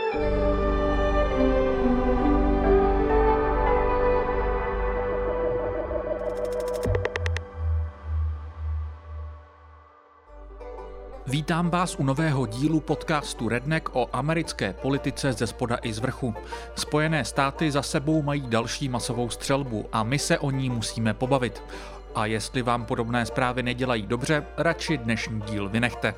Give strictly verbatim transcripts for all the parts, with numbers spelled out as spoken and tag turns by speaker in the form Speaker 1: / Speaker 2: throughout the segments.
Speaker 1: Vítám vás u nového dílu podcastu Redneck o americké politice ze spoda i z vrchu. Spojené státy za sebou mají další masovou střelbu a my se o ní musíme pobavit. A jestli vám podobné zprávy nedělají dobře, radši dnešní díl vynechte.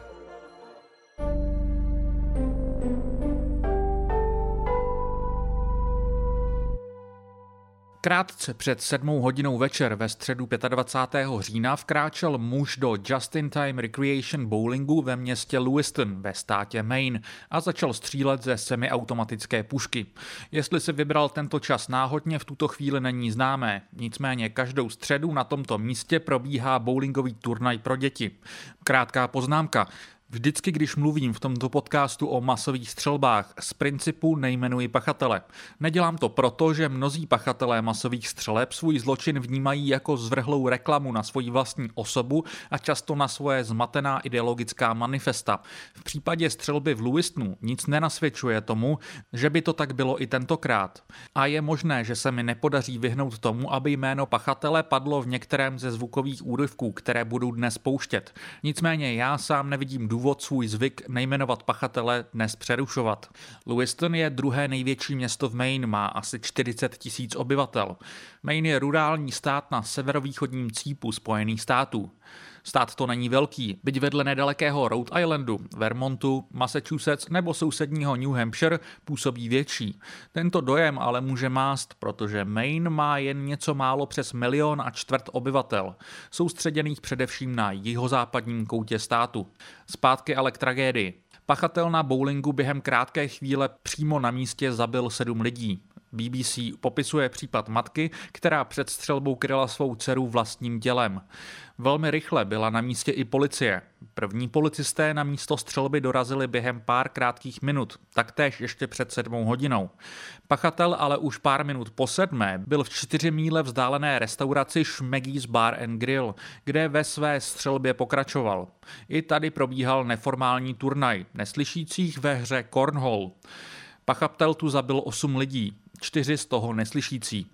Speaker 1: Krátce před sedmou hodinou večer ve středu dvacátého pátého října vkráčel muž do Just-in-Time Recreation Bowlingu ve městě Lewiston ve státě Maine a začal střílet ze semiautomatické pušky. Jestli si vybral tento čas náhodně, v tuto chvíli není známé. Nicméně každou středu na tomto místě probíhá bowlingový turnaj pro děti. Krátká poznámka. Vždycky, když mluvím v tomto podcastu o masových střelbách, z principu nejmenuji pachatele. Nedělám to proto, že mnozí pachatelé masových střeleb svůj zločin vnímají jako zvrhlou reklamu na svoji vlastní osobu a často na svoje zmatená ideologická manifesta. V případě střelby v Lewistonu nic nenasvědčuje tomu, že by to tak bylo i tentokrát. A je možné, že se mi nepodaří vyhnout tomu, aby jméno pachatele padlo v některém ze zvukových úryvků, které budu dnes pouštět. Nicméně já sám nevidím důvod důvod svůj zvyk nejmenovat pachatele dnes přerušovat. Lewiston je druhé největší město v Maine, má asi čtyřicet tisíc obyvatel. Maine je rurální stát na severovýchodním cípu Spojených států. Stát to není velký, byť vedle nedalekého Rhode Islandu, Vermontu, Massachusetts nebo sousedního New Hampshire působí větší. Tento dojem ale může mást, protože Maine má jen něco málo přes milion a čtvrt obyvatel, soustředěných především na jihozápadním koutě státu. Zpátky ale k tragédii. Pachatel na bowlingu během krátké chvíle přímo na místě zabil sedm lidí. B B C popisuje případ matky, která před střelbou kryla svou dceru vlastním tělem. Velmi rychle byla na místě i policie. První policisté na místo střelby dorazili během pár krátkých minut, taktéž ještě před sedmou hodinou. Pachatel ale už pár minut po sedmé byl v čtyři míle vzdálené restauraci Schmeggy's Bar and Grill, kde ve své střelbě pokračoval. I tady probíhal neformální turnaj neslyšících ve hře Cornhole. Pachatel tu zabil osm lidí, čtyři z toho neslyšící.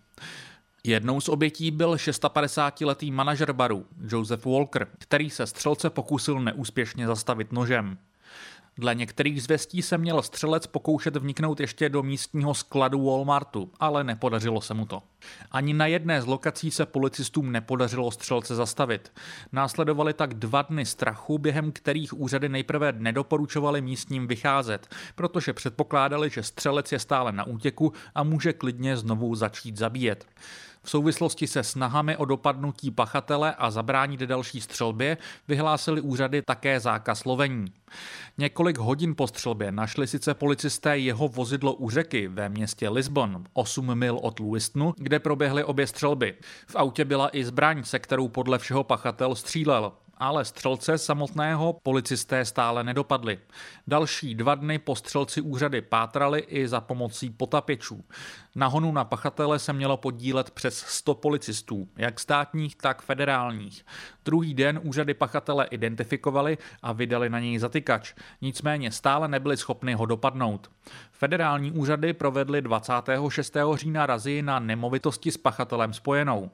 Speaker 1: Jednou z obětí byl padesátšestiletý manažer baru Joseph Walker, který se střelce pokusil neúspěšně zastavit nožem. Dle některých zvěstí se měl střelec pokoušet vniknout ještě do místního skladu Walmartu, ale nepodařilo se mu to. Ani na jedné z lokací se policistům nepodařilo střelce zastavit. Následovaly tak dva dny strachu, během kterých úřady nejprve nedoporučovaly místním vycházet, protože předpokládali, že střelec je stále na útěku a může klidně znovu začít zabíjet. V souvislosti se snahami o dopadnutí pachatele a zabránit další střelbě vyhlásili úřady také zákaz lovení. Několik hodin po střelbě našli sice policisté jeho vozidlo u řeky ve městě Lisbon, osm mil od Lewistonu, kde proběhly obě střelby. V autě byla i zbraň, se kterou podle všeho pachatel střílel. Ale střelce samotného policisté stále nedopadli. Další dva dny po střelci úřady pátrali i za pomocí potapěčů. Na honu na pachatele se mělo podílet přes sto policistů, jak státních, tak federálních. Druhý den úřady pachatele identifikovali a vydali na něj zatykač, nicméně stále nebyli schopni ho dopadnout. Federální úřady provedly dvacátého šestého října razii na nemovitosti s pachatelem spojenou.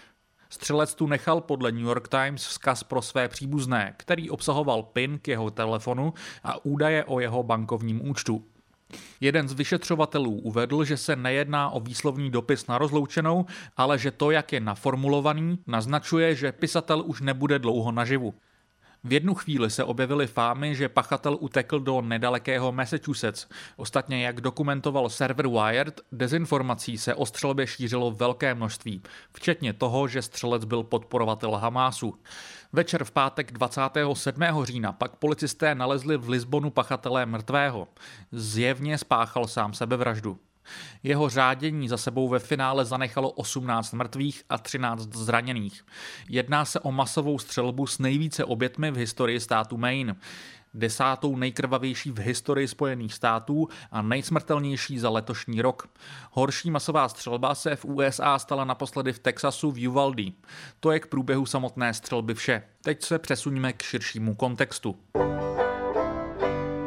Speaker 1: Střelec tu nechal podle New York Times vzkaz pro své příbuzné, který obsahoval PIN k jeho telefonu a údaje o jeho bankovním účtu. Jeden z vyšetřovatelů uvedl, že se nejedná o výslovný dopis na rozloučenou, ale že to, jak je naformulovaný, naznačuje, že pisatel už nebude dlouho naživu. V jednu chvíli se objevily fámy, že pachatel utekl do nedalekého Massachusetts. Ostatně, jak dokumentoval server Wired, dezinformací se o střelbě šířilo velké množství, včetně toho, že střelec byl podporovatel Hamásu. Večer v pátek dvacátého sedmého října pak policisté nalezli v Lisbonu pachatele mrtvého. Zjevně spáchal sám sebevraždu. Jeho řádění za sebou ve finále zanechalo osmnáct mrtvých a třináct zraněných. Jedná se o masovou střelbu s nejvíce obětmi v historii státu Maine. Desátou nejkrvavější v historii Spojených států a nejsmrtelnější za letošní rok. Horší masová střelba se v U S A stala naposledy v Texasu v Uvalde. To je k průběhu samotné střelby vše. Teď se přesuňme k širšímu kontextu.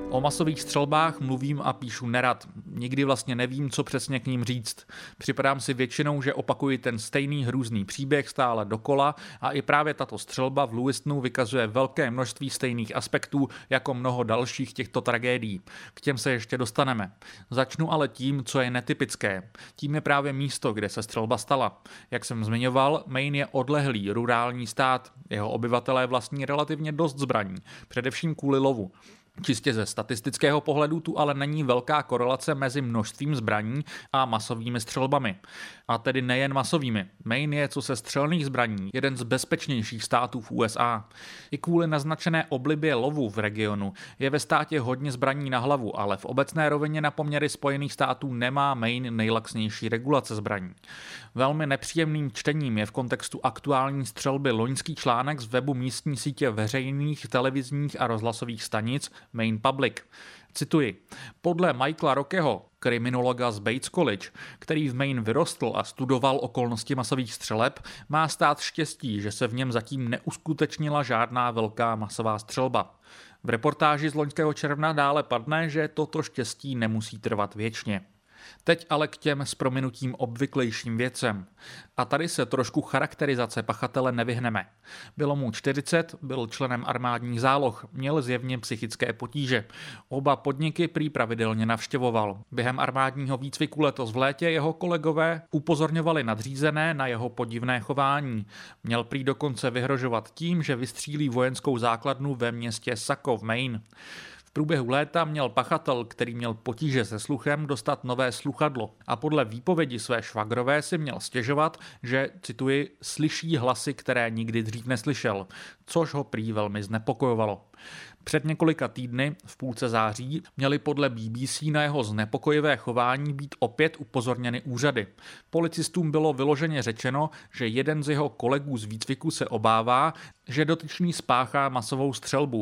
Speaker 1: O masových střelbách mluvím a píšu nerad. Nikdy vlastně nevím, co přesně k ním říct. Připadám si většinou, že opakuji ten stejný hrůzný příběh stále dokola a i právě tato střelba v Lewistonu vykazuje velké množství stejných aspektů jako mnoho dalších těchto tragédií. K těm se ještě dostaneme. Začnu ale tím, co je netypické. Tím je právě místo, kde se střelba stala. Jak jsem zmiňoval, Maine je odlehlý rurální stát. Jeho obyvatelé vlastní relativně dost zbraní, především kvůli lovu. Čistě ze statistického pohledu tu ale není velká korelace mezi množstvím zbraní a masovými střelbami. A tedy nejen masovými. Maine je, co se střelných zbraní, jeden z bezpečnějších států v U S A. I kvůli naznačené oblibě lovu v regionu je ve státě hodně zbraní na hlavu, ale v obecné rovině na poměry Spojených států nemá Maine nejlaxnější regulace zbraní. Velmi nepříjemným čtením je v kontextu aktuální střelby loňský článek z webu místní sítě veřejných televizních a rozhlasových stanic Maine Public. Cituji. Podle Michaela Rockeho, kriminologa z Bates College, který v Maine vyrostl a studoval okolnosti masových střeleb, má stát štěstí, že se v něm zatím neuskutečnila žádná velká masová střelba. V reportáži z loňského června dále padne, že toto štěstí nemusí trvat věčně. Teď ale k těm s prominutím obvyklejším věcem. A tady se trošku charakterizace pachatele nevyhneme. Bylo mu čtyřicet, byl členem armádních záloh, měl zjevně psychické potíže. Oba podniky prý pravidelně navštěvoval. Během armádního výcviku letos v létě jeho kolegové upozorňovali nadřízené na jeho podivné chování. Měl prý dokonce vyhrožovat tím, že vystřílí vojenskou základnu ve městě Saco v Maine. V průběhu léta měl pachatel, který měl potíže se sluchem, dostat nové sluchadlo a podle výpovědi své švagrové si měl stěžovat, že, cituji, slyší hlasy, které nikdy dřív neslyšel, což ho prý velmi znepokojovalo. Před několika týdny, v půlce září, měli podle B B C na jeho znepokojivé chování být opět upozorněny úřady. Policistům bylo vyloženě řečeno, že jeden z jeho kolegů z výcviku se obává, že dotyčný spáchá masovou střelbu.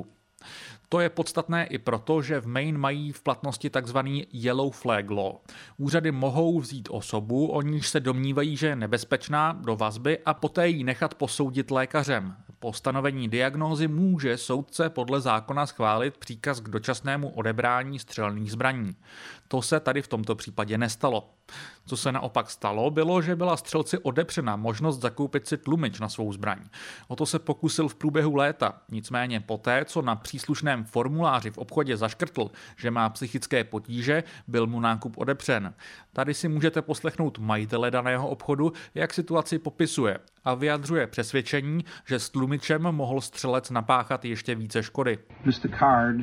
Speaker 1: To je podstatné i proto, že v Maine mají v platnosti tzv. Yellow flag law. Úřady mohou vzít osobu, o níž se domnívají, že je nebezpečná, do vazby a poté ji nechat posoudit lékařem. Po stanovení diagnózy může soudce podle zákona schválit příkaz k dočasnému odebrání střelných zbraní. To se tady v tomto případě nestalo. Co se naopak stalo, bylo, že byla střelci odepřena možnost zakoupit si tlumič na svou zbraň. O to se pokusil v průběhu léta. Nicméně poté, co na příslušném formuláři v obchodě zaškrtl, že má psychické potíže, byl mu nákup odepřen. Tady si můžete poslechnout majitele daného obchodu, jak situaci popisuje a vyjadřuje přesvědčení, že s tlumičem mohl střelec napáchat ještě více škody.
Speaker 2: mister Card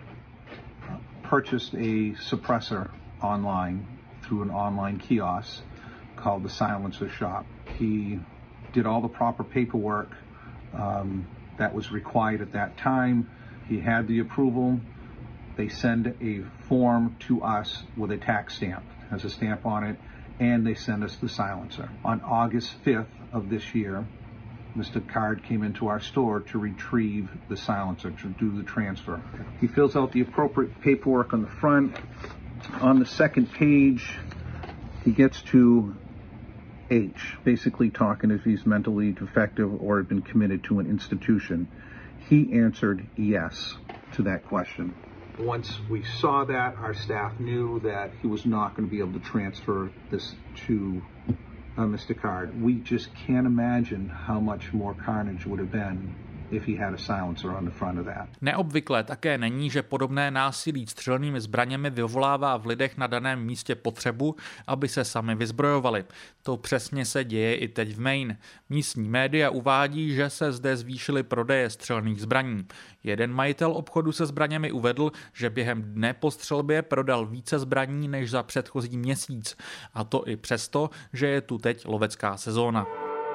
Speaker 2: purchased a suppressor online through an online kiosk called the Silencer Shop. He did all the proper paperwork um, that was required at that time. He had the approval. They send a form to us with a tax stamp, has a stamp on it, and they send us the silencer. On August fifth of this year, mister Card came into our store to retrieve the silencer, to do the transfer. He fills out the appropriate paperwork on the front. On the second page, he gets to H, basically talking if he's mentally defective or had been committed to an institution. He answered yes to that question. Once we saw that, our staff knew that he was not going to be able to transfer this to uh, mister Card. We just can't imagine how much more carnage would have been if he had a silencer on the front of that.
Speaker 1: Neobvyklé také není, že podobné násilí střelnými zbraněmi vyvolává v lidech na daném místě potřebu, aby se sami vyzbrojovali. To přesně se děje i teď v Maine. Místní média uvádí, že se zde zvýšily prodeje střelných zbraní. Jeden majitel obchodu se zbraněmi uvedl, že během dne po střelbě prodal více zbraní než za předchozí měsíc. A to i přesto, že je tu teď lovecká sezóna.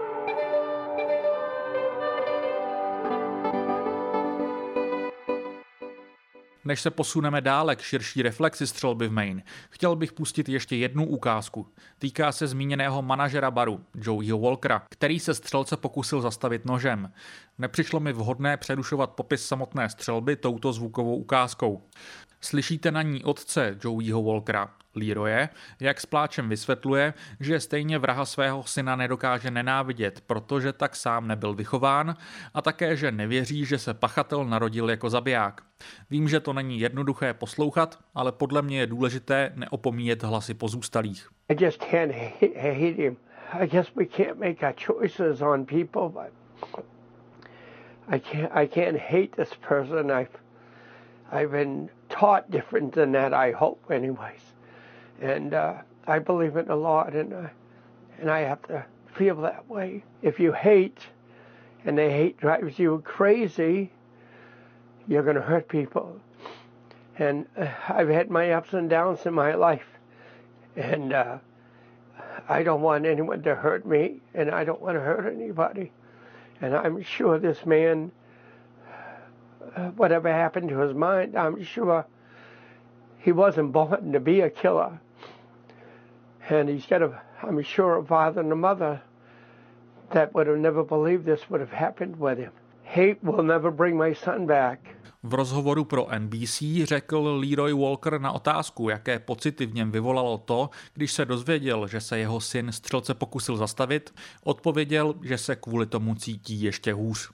Speaker 1: Než se posuneme dále k širší reflexi střelby v Maine, chtěl bych pustit ještě jednu ukázku. Týká se zmíněného manažera baru, Joeyho Walkera, který se střelce pokusil zastavit nožem. Nepřišlo mi vhodné přerušovat popis samotné střelby touto zvukovou ukázkou. Slyšíte na ní otce Joeyho Walkera, Leroye, jak s pláčem vysvětluje, že stejně vraha svého syna nedokáže nenávidět, protože tak sám nebyl vychován, a také, že nevěří, že se pachatel narodil jako zabiják. Vím, že to není jednoduché poslouchat, ale podle mě je důležité neopomíjet hlasy pozůstalých.
Speaker 3: I just can't hate him. I guess we can't make our choices on people, but I can't I can't hate this person. I've I've been taught different than that, I hope anyways. And uh, I believe in a lot, and uh, and I have to feel that way. If you hate, and the hate drives you crazy, you're going to hurt people. And uh, I've had my ups and downs in my life, and uh, I don't want anyone to hurt me, and I don't want to hurt anybody. And I'm sure this man, uh, whatever happened to his mind, I'm sure he wasn't born to be a killer. And he's got a, I'm sure, a father and a mother that would have never believed this would have happened with him. Hate will never bring my son back.
Speaker 1: V rozhovoru pro N B C řekl Leroy Walker na otázku, jaké pocity v něm vyvolalo to, když se dozvěděl, že se jeho syn střelce pokusil zastavit, odpověděl, že se kvůli tomu cítí ještě hůř.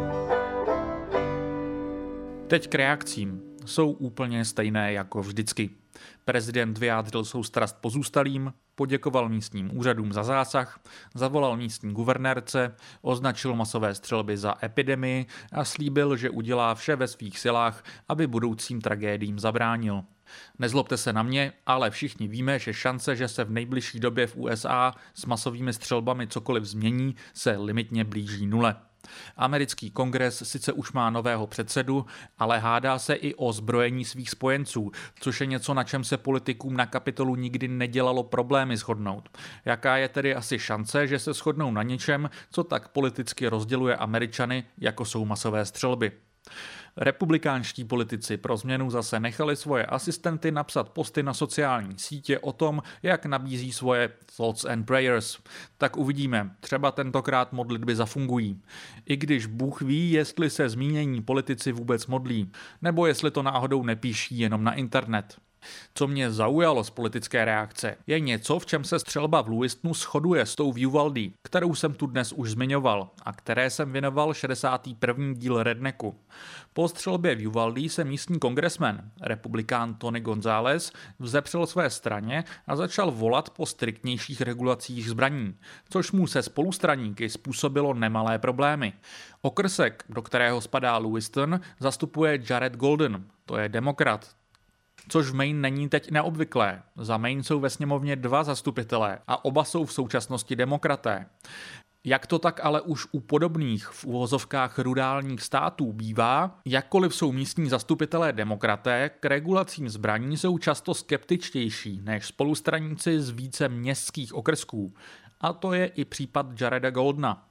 Speaker 1: Teď k reakcím. Jsou úplně stejné jako vždycky. Prezident vyjádřil soustrast pozůstalým, poděkoval místním úřadům za zásah, zavolal místní guvernérce, označil masové střelby za epidemii a slíbil, že udělá vše ve svých silách, aby budoucím tragédiím zabránil. Nezlobte se na mě, ale všichni víme, že šance, že se v nejbližší době v U S A s masovými střelbami cokoliv změní, se limitně blíží nule. Americký kongres sice už má nového předsedu, ale hádá se i o zbrojení svých spojenců, což je něco, na čem se politikům na Kapitolu nikdy nedělalo problémy shodnout. Jaká je tedy asi šance, že se shodnou na něčem, co tak politicky rozděluje Američany, jako jsou masové střelby? Republikánští politici pro změnu zase nechali svoje asistenty napsat posty na sociální sítě o tom, jak nabízí svoje thoughts and prayers. Tak uvidíme, třeba tentokrát modlitby zafungují. I když Bůh ví, jestli se zmínění politici vůbec modlí, nebo jestli to náhodou nepíší jenom na internet. Co mě zaujalo z politické reakce, je něco, v čem se střelba v Lewistonu shoduje s tou v Uvalde, kterou jsem tu dnes už zmiňoval a které jsem věnoval šedesátý první díl Rednecku. Po střelbě v Uvalde se místní kongresmen, republikán Tony González, vzepřel své straně a začal volat po striktnějších regulacích zbraní, což mu se spolustraníky způsobilo nemalé problémy. Okrsek, do kterého spadá Lewiston, zastupuje Jared Golden, to je demokrat, což v Maine není teď neobvyklé. Za Maine jsou ve sněmovně dva zastupitelé a oba jsou v současnosti demokraté. Jak to tak ale už u podobných v uvozovkách rurálních států bývá, jakkoliv jsou místní zastupitelé demokraté, k regulacím zbraní jsou často skeptičtější než spolustraníci z více městských okrsků. A to je i případ Jareda Goldena.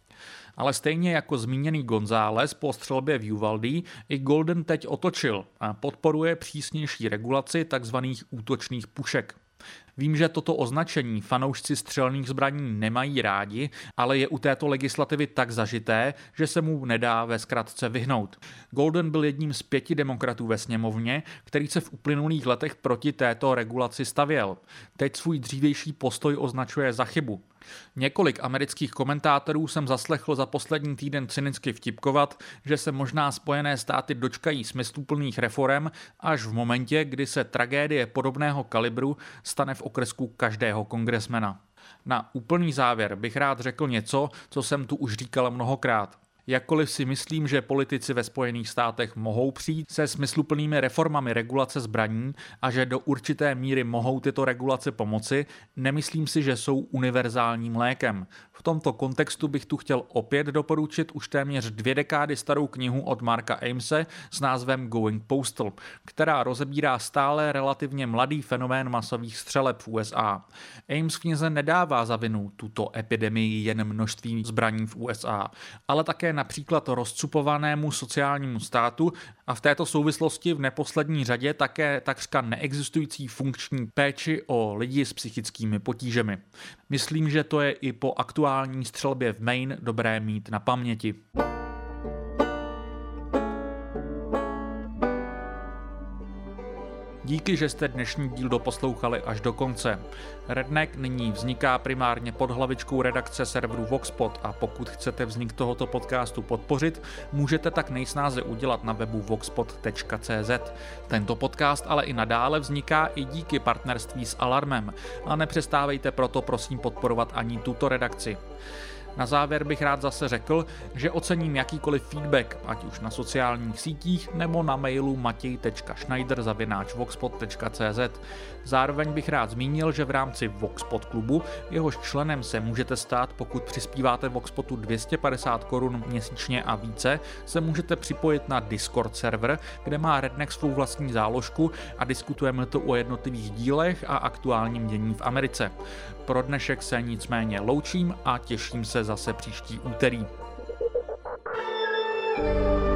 Speaker 1: Ale stejně jako zmíněný González po střelbě v Uvalde, i Golden teď otočil a podporuje přísnější regulaci tzv. Útočných pušek. Vím, že toto označení fanoušci střelných zbraní nemají rádi, ale je u této legislativy tak zažité, že se mu nedá ve zkratce vyhnout. Golden byl jedním z pěti demokratů ve sněmovně, který se v uplynulých letech proti této regulaci stavěl. Teď svůj dřívější postoj označuje za chybu. Několik amerických komentátorů jsem zaslechl za poslední týden cynicky vtipkovat, že se možná Spojené státy dočkají smysluplných reforem až v momentě, kdy se tragédie podobného kalibru stane v okrsku každého kongresmena. Na úplný závěr bych rád řekl něco, co jsem tu už říkal mnohokrát. Jakkoliv si myslím, že politici ve Spojených státech mohou přijít se smysluplnými reformami regulace zbraní a že do určité míry mohou tyto regulace pomoci, nemyslím si, že jsou univerzálním lékem. V tomto kontextu bych tu chtěl opět doporučit už téměř dvě dekády starou knihu od Marka Amese s názvem Going Postal, která rozebírá stále relativně mladý fenomén masových střeleb v U S A. Ames v knize nedává za vinu tuto epidemii jen množství zbraní v U S A, ale také například rozcupovanému sociálnímu státu a v této souvislosti v neposlední řadě také takřka neexistující funkční péči o lidi s psychickými potížemi. Myslím, že to je i po aktuální střelbě v Maine dobré mít na paměti. Díky, že jste dnešní díl doposlouchali až do konce. Redneck nyní vzniká primárně pod hlavičkou redakce serveru Voxpod a pokud chcete vznik tohoto podcastu podpořit, můžete tak nejsnáze udělat na webu voxpod tečka cé zet. Tento podcast ale i nadále vzniká i díky partnerství s Alarmem a nepřestávejte proto prosím podporovat ani tuto redakci. Na závěr bych rád zase řekl, že ocením jakýkoliv feedback, ať už na sociálních sítích nebo na mailu matěj tečka schneider zavináč voxpod tečka cé zet. Zároveň bych rád zmínil, že v rámci Voxpod klubu, jehož členem se můžete stát, pokud přispíváte Voxpodu dvě stě padesát korun měsíčně a více, se můžete připojit na Discord server, kde má Redneck svou vlastní záložku a diskutujeme to o jednotlivých dílech a aktuálním dění v Americe. Pro dnešek se nicméně loučím a těším se zase příští úterý.